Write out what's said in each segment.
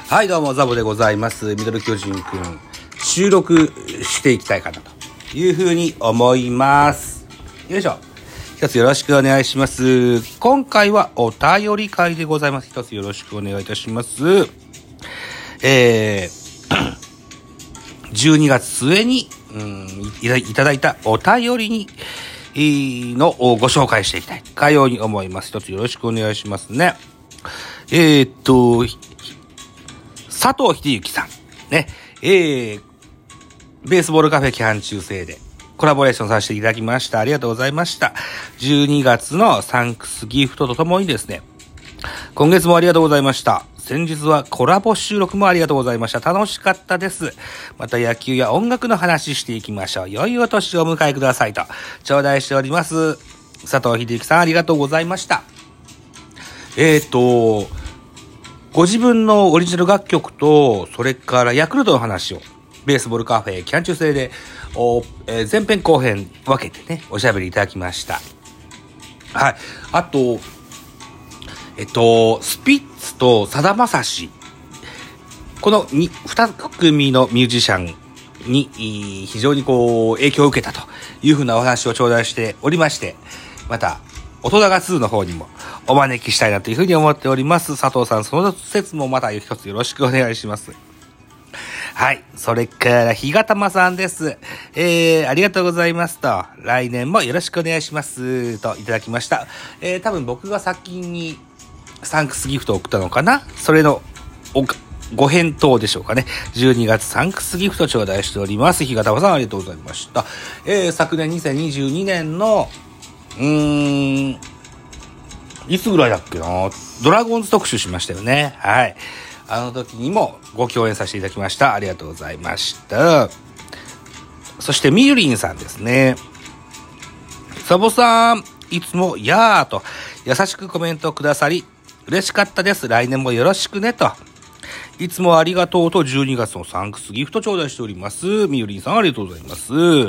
はいどうもザボでございます。ミドル巨人くん収録していきたいかなというふうに思います。よいしょ。一つよろしくお願いします。今回はお便り会でございます。一つよろしくお願いいたします。12月末にいただいたお便りにのご紹介していきたいかように思います。一つよろしくお願いしますね。佐藤秀幸さんね、ベースボールカフェ期間中制でコラボレーションさせていただきました。ありがとうございました。12月のサンクスギフトとともにですね、今月もありがとうございました。先日はコラボ収録もありがとうございました。楽しかったです。また野球や音楽の話していきましょう。良いお年をお迎えくださいと頂戴しております。佐藤秀幸さんありがとうございました。ご自分のオリジナル楽曲と、それからヤクルトの話を、ベースボールカフェ期間中制で、前編後編分けてね、おしゃべりいただきました。はい。あと、スピッツとさだまさし、この2組のミュージシャンに、非常に影響を受けたというふうなお話を頂戴しておりまして、また、大人が2の方にもお招きしたいなというふうに思っております。佐藤さん、その説もまた一つよろしくお願いします。はい。それから、ひがたまさんです。ありがとうございますと。来年もよろしくお願いします。といただきました。多分僕が先にサンクスギフトを送ったのかな？それのご返答でしょうかね。12月サンクスギフト頂戴しております。ひがたまさんありがとうございました。昨年2022年のいつぐらいだっけな、ドラゴンズ特集しましたよね。はい。あの時にもご共演させていただきました。ありがとうございました。そしてみゆりんさんですね。サボさん、いつもやーと優しくコメントくださり嬉しかったです。来年もよろしくねと。いつもありがとうと12月のサンクスギフト頂戴しております。みゆりんさんありがとうございます。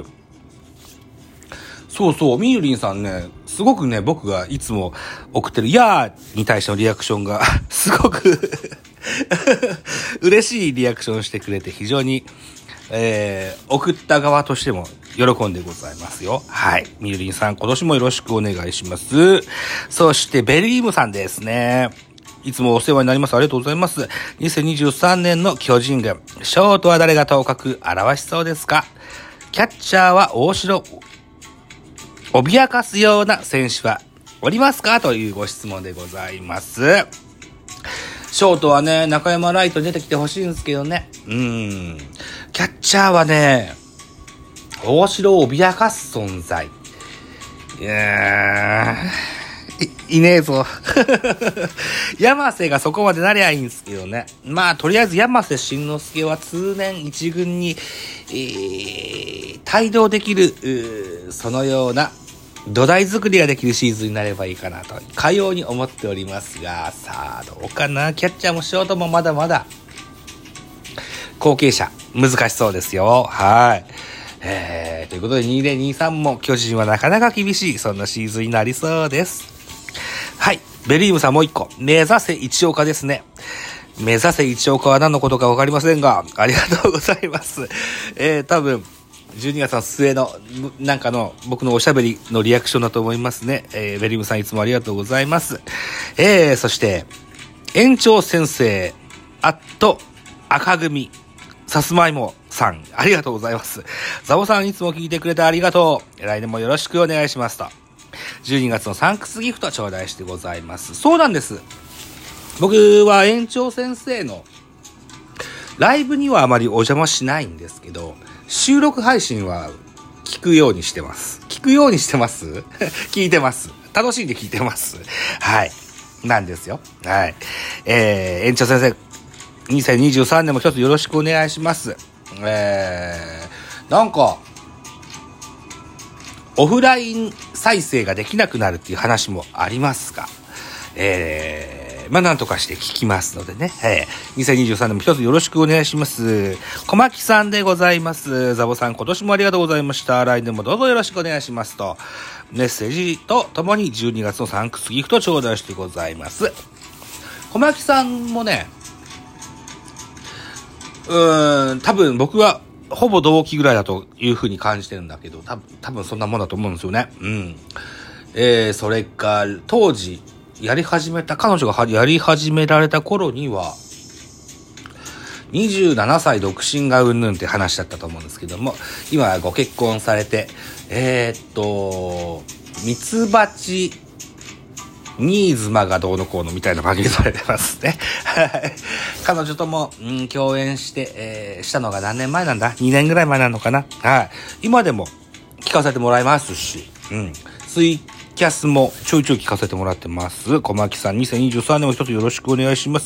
そう、みゆりんさんね、すごくね、僕がいつも送ってるやーに対してのリアクションがすごく嬉しいリアクションしてくれて非常に、送った側としても喜んでございますよ。はい。みゆりんさん、今年もよろしくお願いします。そして、ベリームさんですね。いつもお世話になります。ありがとうございます。2023年の巨人軍、ショートは誰が頭角表しそうですか？キャッチャーは大城、脅かすような選手はおりますか？というご質問でございます。ショートはね、中山ライトに出てきてほしいんですけどね。キャッチャーはね、大城を脅かす存在。いねえぞ。山瀬がそこまでなりゃいいんですけどね。まあ、とりあえず山瀬慎之介は通年一軍に、帯同できる、そのような土台作りができるシーズンになればいいかなと、かように思っておりますが、さあ、どうかな。キャッチャーもショートもまだまだ、後継者、難しそうですよ。はい。ということで、2023も巨人はなかなか厳しい、そんなシーズンになりそうです。はい。ベリームさんもう一個。目指せ一岡ですね。目指せ一岡は何のことかわかりませんが、ありがとうございます。多分、12月の末の、なんかの、僕のおしゃべりのリアクションだと思いますね。ベリームさんいつもありがとうございます。そして、園長先生、赤組、さすまいもさん、ありがとうございます。ザボさんいつも聞いてくれてありがとう。来年もよろしくお願いしますと。12月のサンクスギフト頂戴してございます。そうなんです。僕は園長先生のライブにはあまりお邪魔しないんですけど、収録配信は聞くようにしてます。聞いてます。楽しんで聞いてます。はい。なんですよ。はい。園長先生、2023年も一つよろしくお願いします。なんか、オフライン再生ができなくなるっていう話もありますが、まあなんとかして聞きますのでね、2023年も一つよろしくお願いします。小牧さんでございます。ザボさん今年もありがとうございました。来年もどうぞよろしくお願いしますと、メッセージとともに12月のサンクスギフト頂戴してございます。小牧さんもね、 多分僕はほぼ同期ぐらいだというふうに感じてるんだけど、多分そんなもんだと思うんですよね。それか、当時、彼女がやり始められた頃には、27歳独身がうんぬんって話だったと思うんですけども、今はご結婚されて、ミツバチ新妻がどうのこうのみたいな番組されてますね。彼女とも、共演して、したのが何年前なんだ ?2 年ぐらい前なのかな。今でも聞かせてもらいますし、ツイキャスもちょいちょい聞かせてもらってます。小牧さん、2023年も一つよろしくお願いします。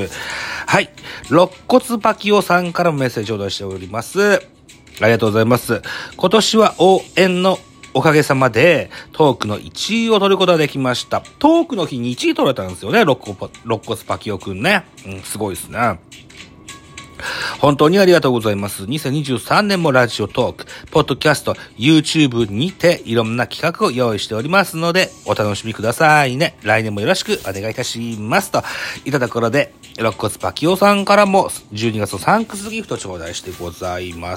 はい。肋骨パキオさんからもメッセージを出しております。ありがとうございます。今年は応援のおかげさまでトークの1位を取ることができました。トークの日に1位取れたんですよね。肋骨パキオくんね。すごいですね。本当にありがとうございます。2023年もラジオトーク、ポッドキャスト、YouTube にていろんな企画を用意しておりますので、お楽しみくださいね。来年もよろしくお願いいたしますと。いたところで、肋骨パキオさんからも12月のサンクスギフト頂戴してございます。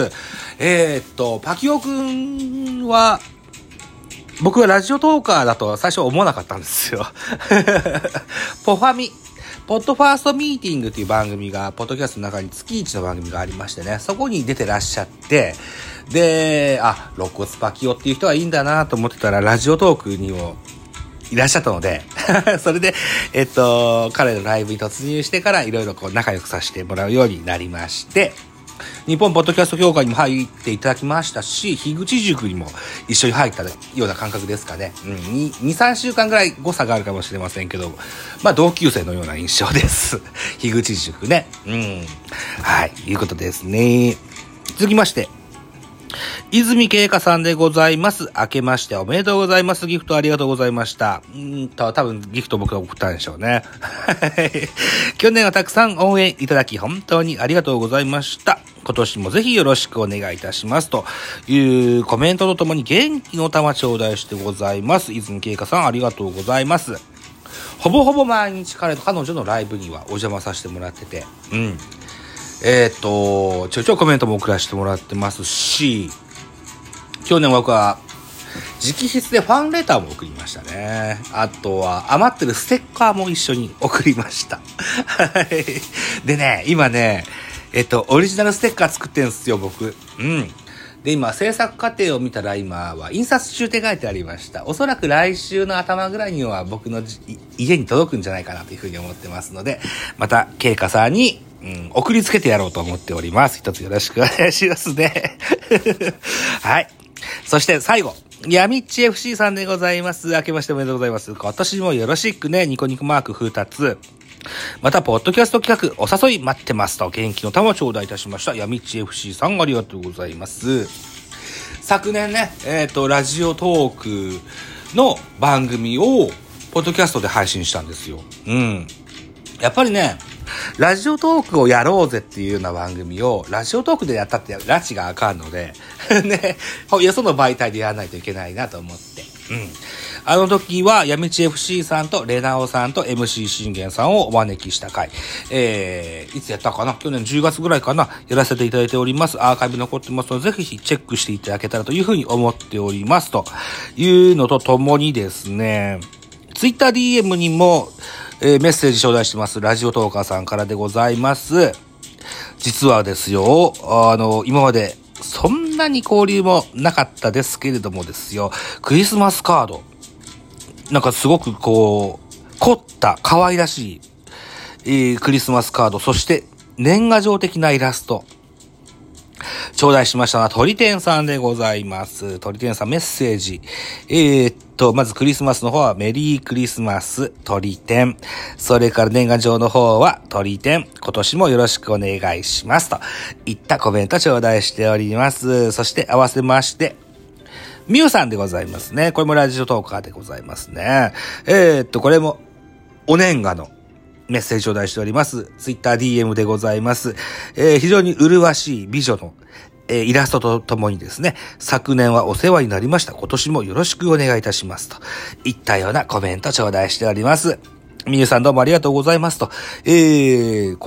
パキオくんは、僕はラジオトーカーだと最初思わなかったんですよ。ポッドファーストミーティングという番組が、ポッドキャストの中に月1の番組がありましてね、そこに出てらっしゃって、で、肋骨パキオっていう人はいいんだなと思ってたら、ラジオトークにもいらっしゃったので、それで、彼のライブに突入してから、いろいろ仲良くさせてもらうようになりまして、日本ポッドキャスト協会にも入っていただきましたし、樋口塾にも一緒に入ったような感覚ですかね。2、3週間ぐらい誤差があるかもしれませんけど、同級生のような印象です。樋口塾ね。はい、いうことですね。続きまして、泉慶香さんでございます。明けましておめでとうございます。ギフトありがとうございました。多分ギフト僕が送ったんでしょうね。去年はたくさん応援いただき本当にありがとうございました。今年もぜひよろしくお願いいたしますというコメントとともに元気の玉頂戴してございます。泉慶香さんありがとうございます。ほぼほぼ毎日彼女のライブにはお邪魔させてもらってて、ちょいちょいコメントも送らせてもらってますし、去年僕は直筆でファンレターも送りましたね。あとは余ってるステッカーも一緒に送りました。でね、今ね、オリジナルステッカー作ってるんですよ、僕。で、今、制作過程を見たら今は印刷中って書いてありました。おそらく来週の頭ぐらいには僕の家に届くんじゃないかなというふうに思ってますので、また、ケイカさんに、送りつけてやろうと思っております。一つよろしくお願いしますね。はい。そして最後、やみっち FC さんでございます。明けましておめでとうございます。今年もよろしくね、ニコニコマーク2つ。また、ポッドキャスト企画、お誘い待ってますと、元気の玉を頂戴いたしました。やみっち FC さんありがとうございます。昨年ね、ラジオトークの番組を、ポッドキャストで配信したんですよ。やっぱりね、ラジオトークをやろうぜっていうような番組をラジオトークでやったって拉致があかんのでね、よその媒体でやらないといけないなと思って、あの時はやみち FC さんとレナオさんと MC 信玄さんをお招きした回、いつやったかな、去年10月ぐらいかな、やらせていただいております。アーカイブ残ってますのでぜひチェックしていただけたらというふうに思っておりますというのとともにですね、Twitter DM にもメッセージ頂戴してます。ラジオトーカーさんからでございます。実はですよ、今までそんなに交流もなかったですけれどもですよ、クリスマスカード、なんかすごく凝った可愛らしい、クリスマスカード、そして年賀状的なイラスト、頂戴しましたのは鳥天さんでございます。鳥天さんメッセージ。まずクリスマスの方はメリークリスマス鳥天。それから年賀状の方は鳥天。今年もよろしくお願いします。といったコメント頂戴しております。そして合わせまして、ミュウさんでございますね。これもラジオトーカーでございますね。これもお年賀のメッセージを頂戴しております。ツイッター DM でございます。非常に麗しい美女の、イラストとともにですね、昨年はお世話になりました。今年もよろしくお願いいたします。といったようなコメント頂戴しております。みゆさんどうもありがとうございますと。この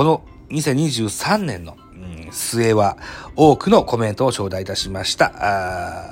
2023年の末は多くのコメントを頂戴いたしました。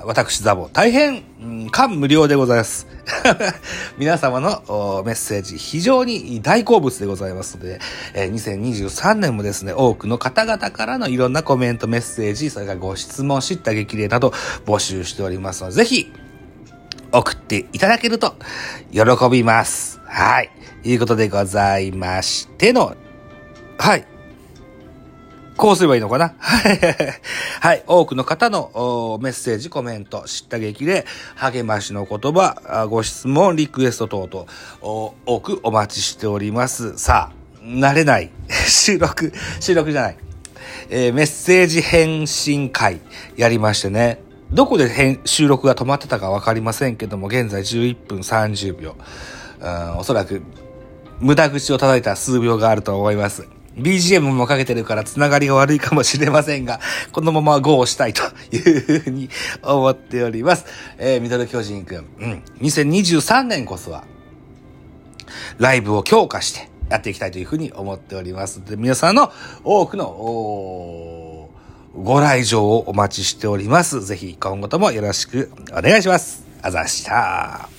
私ザボ大変感無量でございます。皆様のメッセージ非常に大好物でございますので、2023年もですね、多くの方々からのいろんなコメント、メッセージ、それからご質問、知った激励など募集しておりますので、ぜひ送っていただけると喜びます。はい。いうことでございましての、はい。こうすればいいのかなはい。多くの方のメッセージ、コメント、知った激励、励ましの言葉、ご質問、リクエスト等々、多くお待ちしております。さあ、慣れない収録じゃない。メッセージ返信会やりましてね。どこで収録が止まってたかわかりませんけども、現在11分30秒。おそらく、無駄口を叩いた数秒があると思います。BGM もかけてるからつながりが悪いかもしれませんが、このまま GO したいというふうに思っております。ミドル巨人くん、2023年こそは、ライブを強化してやっていきたいというふうに思っておりますので、皆さんの多くのご来場をお待ちしております。ぜひ今後ともよろしくお願いします。あざした。